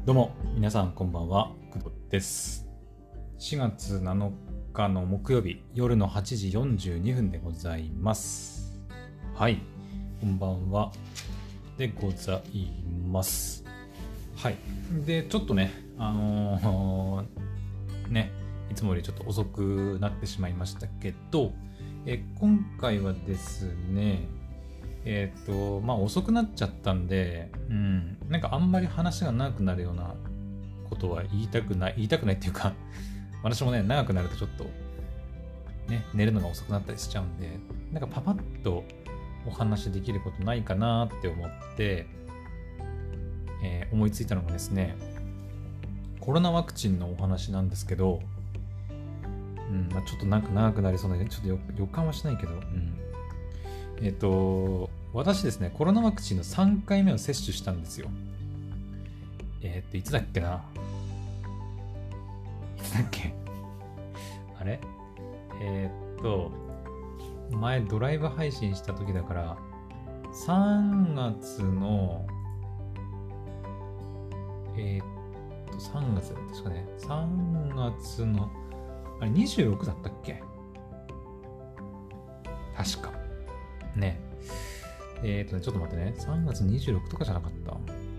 どうも皆さんこんばんは、工藤です。4月7日の木曜日夜の8時42分でございます。はい、こんばんはでございます。はい、でちょっとねいつもよりちょっと遅くなってしまいましたけど、今回はですね遅くなっちゃったんで、なんかあんまり話が長くなるようなことは言いたくないっていうか、私もね、長くなるとちょっと、ね、寝るのが遅くなったりしちゃうんで、なんかパパッとお話できることないかなって思って、思いついたのがですね、コロナワクチンのお話なんですけど、ちょっとなんか長くなりそうなので、ちょっと予感はしないけど、私ですね、コロナワクチンの3回目を接種したんですよ。いつだっけあれ前ドライブ配信した時だから、3月の、3月だ確かね、3月の、あれ26だったっけ確か。ね。ちょっと待ってね。3月26とかじゃなかった。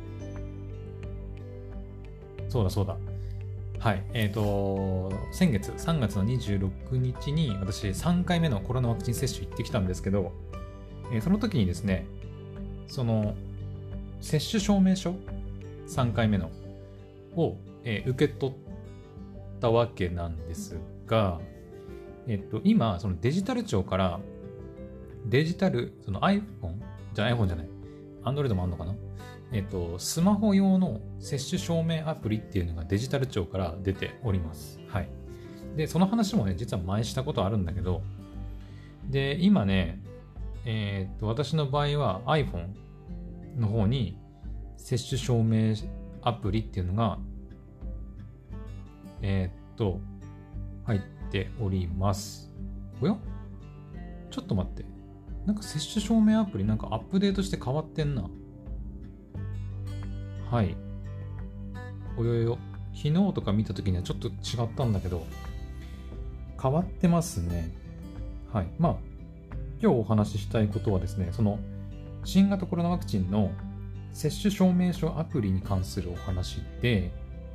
そうだ。はい。先月、3月の26日に私3回目のコロナワクチン接種行ってきたんですけど、その時にですね、その、接種証明書 ?3 回目のを、受け取ったわけなんですが、今、そのデジタル庁から、その iPhone じゃない、Android もあんのかな？スマホ用の接種証明アプリっていうのがデジタル庁から出ております。はい。で、その話もね、実は前したことあるんだけど、で、今ね、私の場合は iPhone の方に接種証明アプリっていうのが、入っております。おや？ちょっと待って。なんか接種証明アプリなんかアップデートして変わってんな。はい。昨日とか見たときにはちょっと違ったんだけど、変わってますね。はい。今日お話ししたいことはですね、その新型コロナワクチンの接種証明書アプリに関するお話で、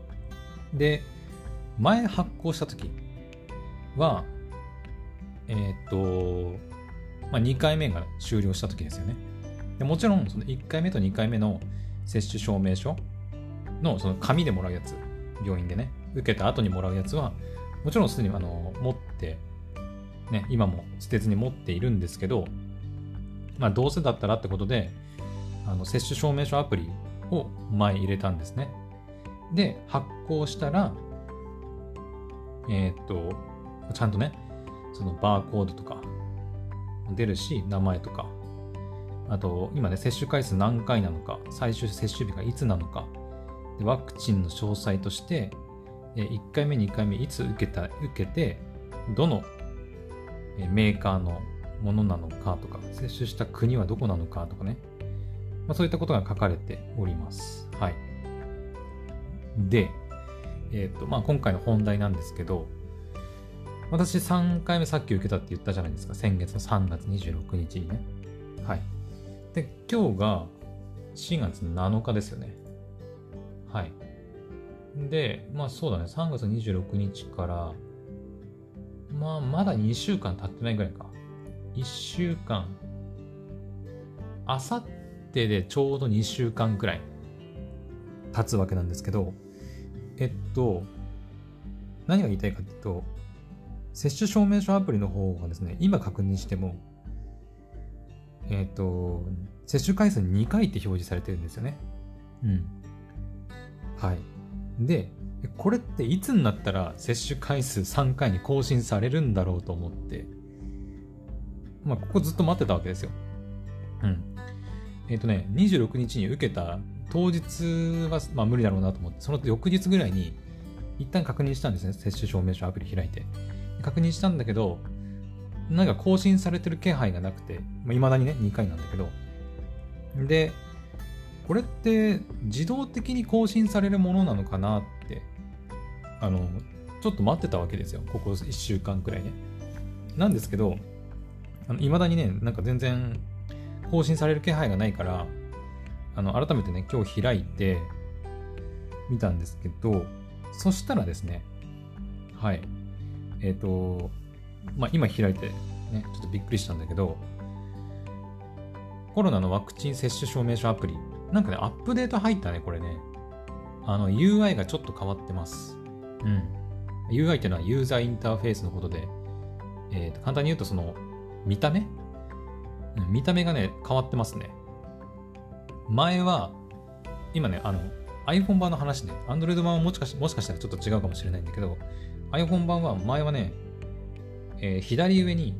前発行したときは、2回目が終了した時ですよね。でもちろん、その1回目と2回目の接種証明書のその紙でもらうやつ、病院でね、受けた後にもらうやつは、もちろんすでに持って、ね、今も捨てずに持っているんですけど、どうせだったらってことで、接種証明書アプリを前入れたんですね。で、発行したら、ちゃんとね、そのバーコードとか、出るし、名前とか、あと今ね、接種回数何回なのか、最終接種日がいつなのか、でワクチンの詳細として、1回目、2回目いつ受けて、どのメーカーのものなのかとか、接種した国はどこなのかとかね、そういったことが書かれております。はい。で、今回の本題なんですけど、私3回目さっき受けたって言ったじゃないですか。先月の3月26日にね。はい。で、今日が4月7日ですよね。はい。で、そうだね。3月26日から、まだ2週間経ってないぐらいか。1週間。あさってでちょうど2週間くらい経つわけなんですけど、何が言いたいかっていうと、接種証明書アプリの方がですね、今確認しても、接種回数2回って表示されてるんですよね。はい。で、これっていつになったら接種回数3回に更新されるんだろうと思って、ここずっと待ってたわけですよ。26日に受けた当日は、無理だろうなと思って、その翌日ぐらいに一旦確認したんですね。接種証明書アプリ開いて。確認したんだけど、なんか更新されてる気配がなくて、未だにね、2回なんだけど。で、 これって自動的に更新されるものなのかなって、ちょっと待ってたわけですよ。ここ1週間くらいね。なんですけど、未だにね、なんか全然更新される気配がないから、改めてね、今日開いてみたんですけど、そしたらですね、はい。今開いてね、ちょっとびっくりしたんだけど、コロナのワクチン接種証明書アプリ、なんかね、アップデート入ったね、これね。UI がちょっと変わってます。うん。UI っていうのはユーザーインターフェースのことで、簡単に言うとその、見た目がね、変わってますね。前は、今ね、iPhone 版の話ね、Android 版はもしかしたらちょっと違うかもしれないんだけど、iPhone 版は前はね、左上に、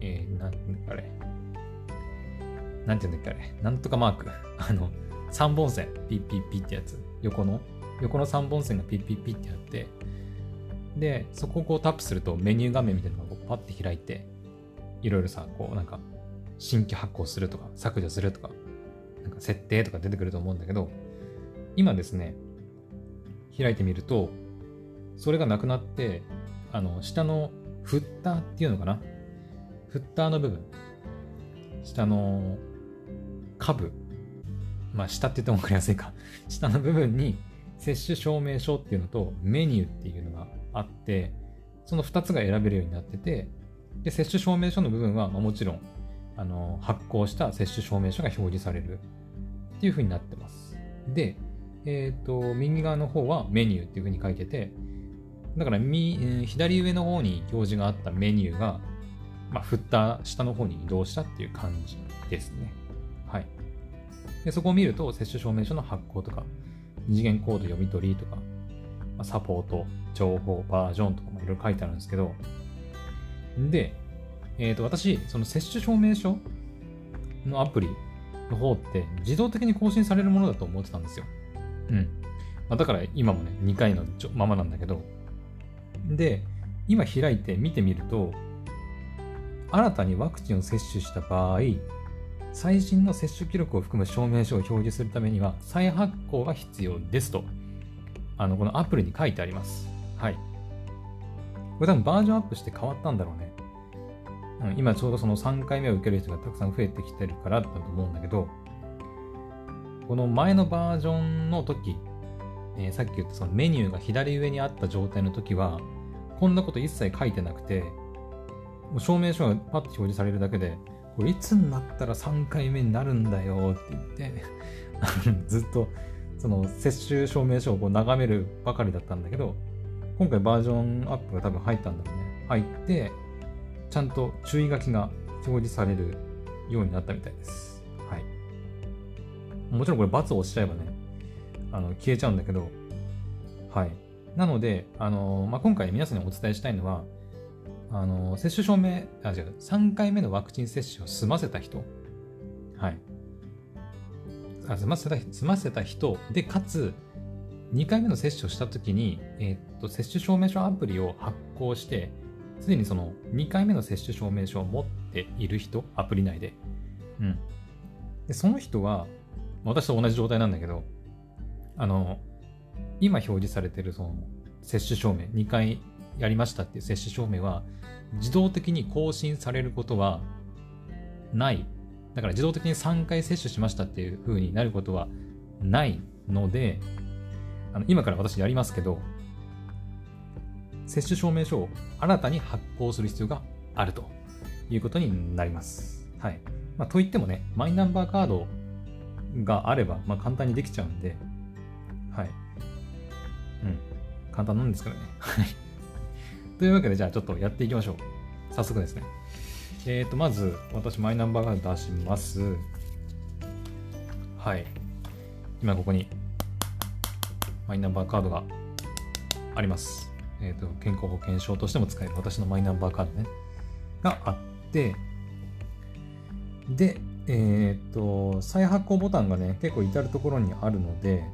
なんていうんだっけあれ、なんとかマーク。3本線、ピッピッピってやつ。横の3本線がピッピッピってやって、で、そこをこうタップするとメニュー画面みたいなのがこうパッて開いて、いろいろさ、こうなんか、新規発行するとか、削除するとか、なんか設定とか出てくると思うんだけど、今ですね、開いてみると、それがなくなって、下のフッターっていうのかな、フッターの部分、下の下部、下って言っても分かりやすいか、下の部分に接種証明書っていうのとメニューっていうのがあって、その2つが選べるようになってて、で、接種証明書の部分はもちろん、発行した接種証明書が表示されるっていう風になってます。で、右側の方はメニューっていう風に書いてて、だから左上の方に表示があったメニューが、振った下の方に移動したっていう感じですね。はい。で、そこを見ると、接種証明書の発行とか、二次元コード読み取りとか、サポート、情報、バージョンとかいろいろ書いてあるんですけど、で、私、その接種証明書のアプリの方って自動的に更新されるものだと思ってたんですよ。うん。だから今もね、2回のままなんだけど、で、今開いて見てみると、新たにワクチンを接種した場合、最新の接種記録を含む証明書を表示するためには再発行が必要ですと、このアプリに書いてあります。はい。これ多分バージョンアップして変わったんだろうね。今ちょうどその3回目を受ける人がたくさん増えてきてるからだと思うんだけど、この前のバージョンの時、さっき言ったそのメニューが左上にあった状態の時は、こんなこと一切書いてなくて、もう証明書がパッと表示されるだけで、これいつになったら3回目になるんだよって言ってずっとその接種証明書をこう眺めるばかりだったんだけど、今回バージョンアップが多分入ったんだろうね。入って、ちゃんと注意書きが表示されるようになったみたいです。はい。もちろんこれ×を押しちゃえばね、消えちゃうんだけど、はい。なので、今回皆さんにお伝えしたいのは、接種証明、3回目のワクチン接種を済ませた人、はい。済ませた人で、かつ、2回目の接種をしたときに、接種証明書アプリを発行して、すでにその2回目の接種証明書を持っている人、アプリ内で。うん。で、その人は、私と同じ状態なんだけど、今表示されているその接種証明、2回やりましたっていう接種証明は、自動的に更新されることはない。だから自動的に3回接種しましたっていう風になることはないので、今から私やりますけど、接種証明書を新たに発行する必要があるということになります。はい。といってもね、マイナンバーカードがあれば、簡単にできちゃうんで、はい。簡単なんですけどね。はい。というわけで、じゃあちょっとやっていきましょう。早速ですね。まず、私、マイナンバーカード出します。はい。今ここに、マイナンバーカードがあります。健康保険証としても使える私のマイナンバーカードね。があって、で、再発行ボタンがね、結構至るところにあるので、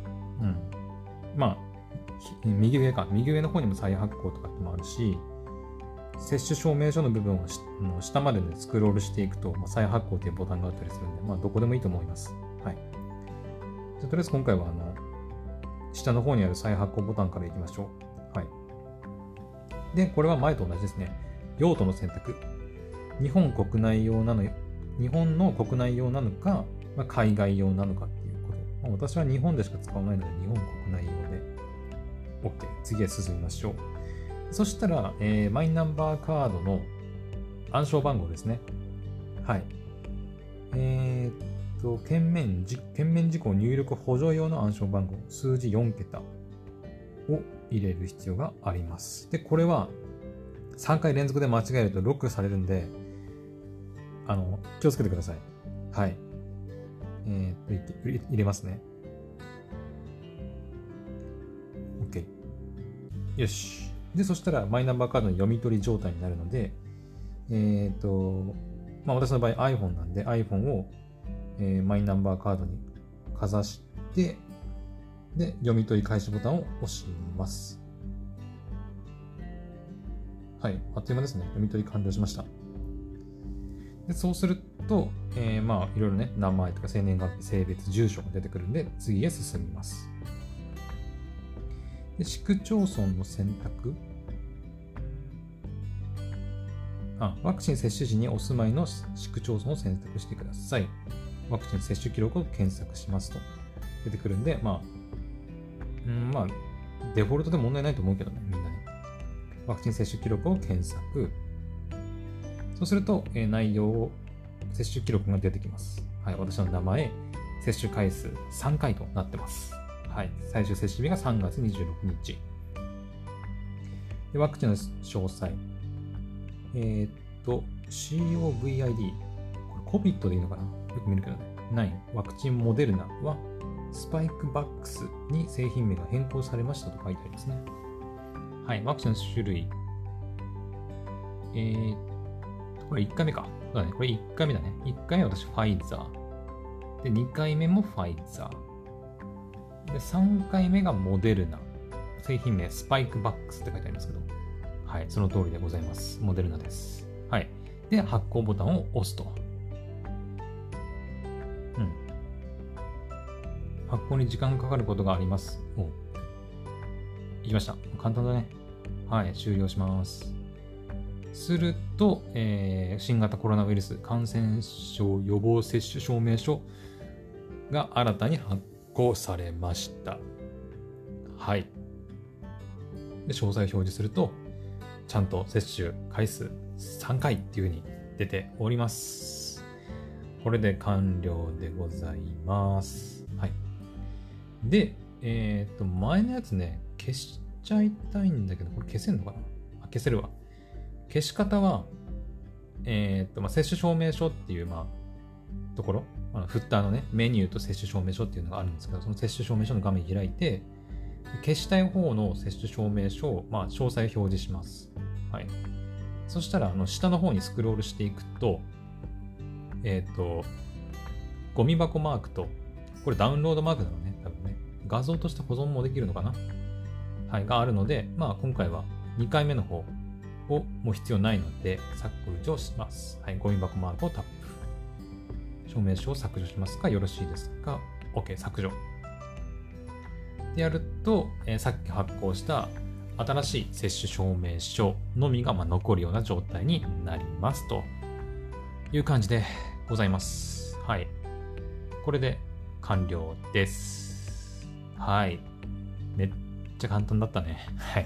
右上の方にも再発行とかってもあるし、接種証明書の部分を下までね、スクロールしていくと、再発行というボタンがあったりするんで、どこでもいいと思います。はい。 じゃとりあえず今回は下の方にある再発行ボタンからいきましょう。はい。で、これは前と同じですね。用途の選択。日本の国内用なのか、海外用なのかっていうこと。私は日本でしか使わないので、日本国内用で。OK。次へ進みましょう。そしたら、マイナンバーカードの暗証番号ですね。はい。券面事項入力補助用の暗証番号、数字4桁を入れる必要があります。で、これは3回連続で間違えるとロックされるんで、気をつけてください。はい。入れますね。OK。よし。で、そしたらマイナンバーカードの読み取り状態になるので、私の場合 iPhone なんで iPhone を、マイナンバーカードにかざして、で、読み取り開始ボタンを押します。はい。あっという間ですね。読み取り完了しました。で、そうすると、いろいろね、名前とか生年月日、性別、住所が出てくるんで、次へ進みます。で、市区町村の選択。ワクチン接種時にお住まいの市区町村を選択してください。ワクチン接種記録を検索しますと出てくるんで、デフォルトで問題ないと思うけどね、みんなね。ワクチン接種記録を検索。そうすると、内容、接種記録が出てきます。はい、私の名前、接種回数3回となってます。はい、最終接種日が3月26日。で、ワクチンの詳細。COVID。これ COVID でいいのかな？よく見るけどね。9、ワクチンモデルナは、スパイクバックスに製品名が変更されましたと書いてありますね。はい、ワクチンの種類。これ1回目か。そうだね。これ1回目だね。1回目は私、ファイザー。で、2回目もファイザー。で、3回目がモデルナ。製品名、スパイクバックスって書いてありますけど。はい、その通りでございます。モデルナです。はい。で、発行ボタンを押すと。発行に時間がかかることがあります。いきました。簡単だね。はい、終了します。すると、新型コロナウイルス感染症予防接種証明書が新たに発行されました。はい。で、詳細を表示すると、ちゃんと接種回数3回っていう風に出ております。これで完了でございます。はい。で、前のやつね、消しちゃいたいんだけど、これ消せんのかな？消せるわ。消し方は、接種証明書っていう、ところ、フッターのね、メニューと接種証明書っていうのがあるんですけど、その接種証明書の画面開いて、消したい方の接種証明書を、詳細を表示します。はい。そしたら、下の方にスクロールしていくと、ゴミ箱マークと、これダウンロードマークなのね、多分ね。画像として保存もできるのかな？はい、があるので、今回は2回目の方をもう必要ないので、削除します。はい、ゴミ箱マークをタップ。証明書を削除しますか？よろしいですか？ OK、削除。でやると、さっき発行した新しい接種証明書のみが残るような状態になりますという感じでございます。はい。これで完了です。はい。めっちゃ簡単だったね。はい。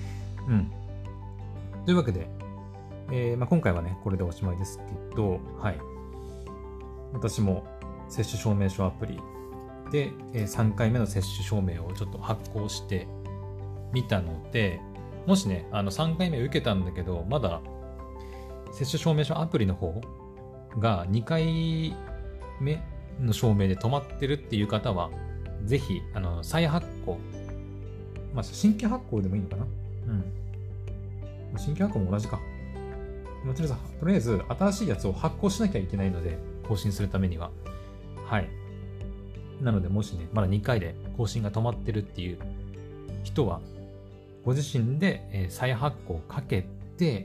というわけで、今回はね、これでおしまいですけど、はい。私も接種証明書アプリで、3回目の接種証明をちょっと発行してみたので、もしね、3回目受けたんだけど、まだ接種証明書アプリの方が2回目の証明で止まってるっていう方は、ぜひ、再発行、新規発行でもいいのかな？新規発行も同じか。とりあえず、新しいやつを発行しなきゃいけないので、更新するためには。はい。なので、もしね、まだ2回で更新が止まってるっていう人は、ご自身で再発行をかけて、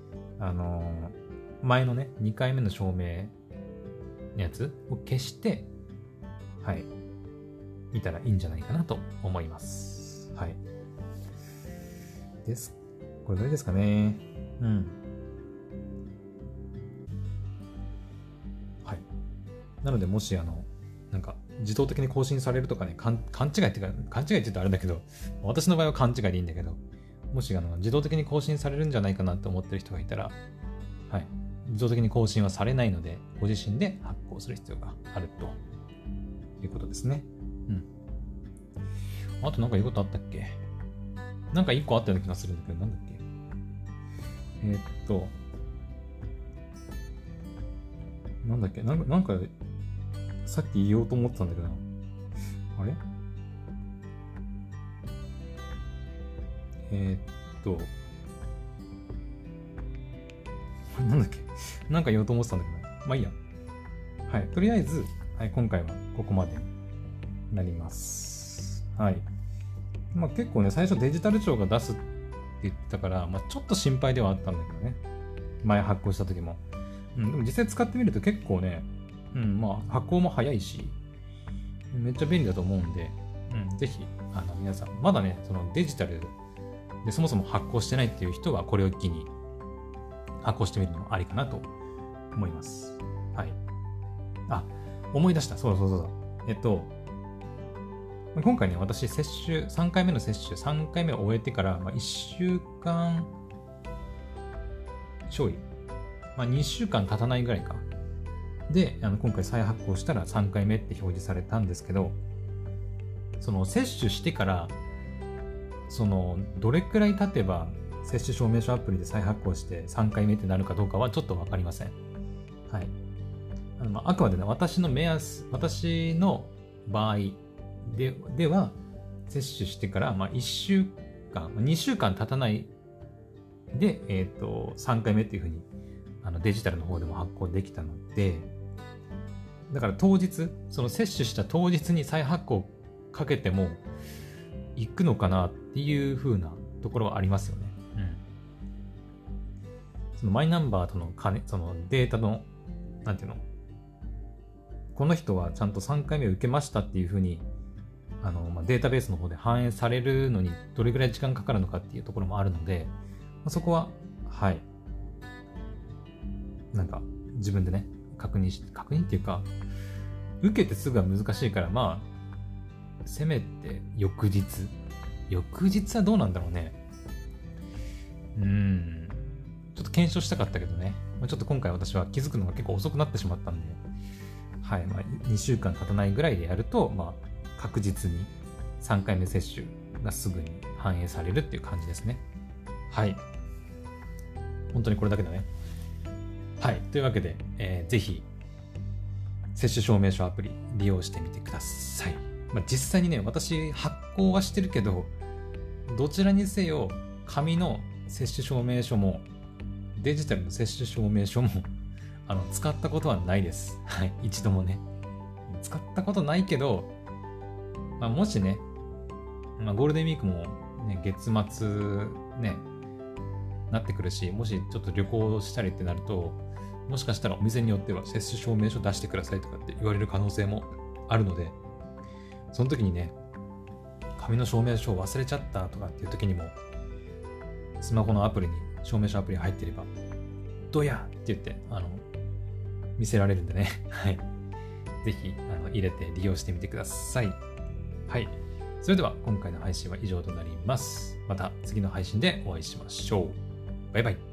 前のね、2回目の証明のやつを消して、はい。 みたらいいんじゃないかなと思います。はい。これぐらいですかね。うん。はい。なので、もしなんか自動的に更新されるとかね、勘違いっていうか、勘違いって言うとあれだけど、私の場合は勘違いでいいんだけど、もし自動的に更新されるんじゃないかなと思ってる人がいたら、はい。自動的に更新はされないので、ご自身で発行する必要があるということですね。うん。あとなんか言うことあったっけ？なんか一個あったような気がするんだけど、なんだっけ？なんだっけ？なんか、さっき言おうと思ってたんだけどな。あれ？なんだっけ？なんか言おうと思ってたんだけど、まあいいや。はい。とりあえず、はい、今回はここまでになります。はい。まあ結構ね、最初デジタル庁が出すって言ってたから、まあちょっと心配ではあったんだけどね。前発行した時も。でも実際使ってみると結構ね、まあ発行も早いし、めっちゃ便利だと思うんで、ぜひ、皆さん、まだね、そのデジタルでそもそも発行してないっていう人は、これを機に発行してみるのもありかなと思います。はい。あ、思い出した。そうだ。今回ね、私、3回目の接種、3回目を終えてから、1週間ちょい、2週間経たないぐらいか。で、今回再発行したら3回目って表示されたんですけど、その接種してから、どれくらい経てば、接種証明書アプリで再発行して3回目ってなるかどうかはちょっとわかりません。はい。あくまでね、私の場合では、接種してから、1週間、2週間経たないで、3回目っていうふうに、デジタルの方でも発行できたので、だから当日、その接種した当日に再発行かけても、行くのかなっていう風なところはありますよね。そのマイナンバーとのそのデータの、なんていうの、この人はちゃんと3回目受けましたっていう風に、データベースの方で反映されるのにどれぐらい時間かかるのかっていうところもあるので、そこは、はい。なんか、自分でね、確認っていうか、受けてすぐは難しいから、せめて翌日はどうなんだろうね。ちょっと検証したかったけどね。ちょっと今回私は気づくのが結構遅くなってしまったんで、はい。2週間経たないぐらいでやると、確実に3回目接種がすぐに反映されるっていう感じですね。はい。本当にこれだけだね。はい。というわけで、ぜひ、接種証明書アプリ利用してみてください。実際にね、私発行はしてるけど、どちらにせよ紙の接種証明書もデジタルの接種証明書も使ったことはないです。はい、一度もね。使ったことないけど、もしね、ゴールデンウィークもね、月末ね、なってくるし、もしちょっと旅行したりってなると、もしかしたらお店によっては接種証明書出してくださいとかって言われる可能性もあるので、その時にね、紙の証明書を忘れちゃったとかっていう時にも、スマホのアプリに証明書アプリが入っていれば、どうやって言って、見せられるんでね。はい。ぜひ、入れて利用してみてください。はい。それでは、今回の配信は以上となります。また次の配信でお会いしましょう。バイバイ。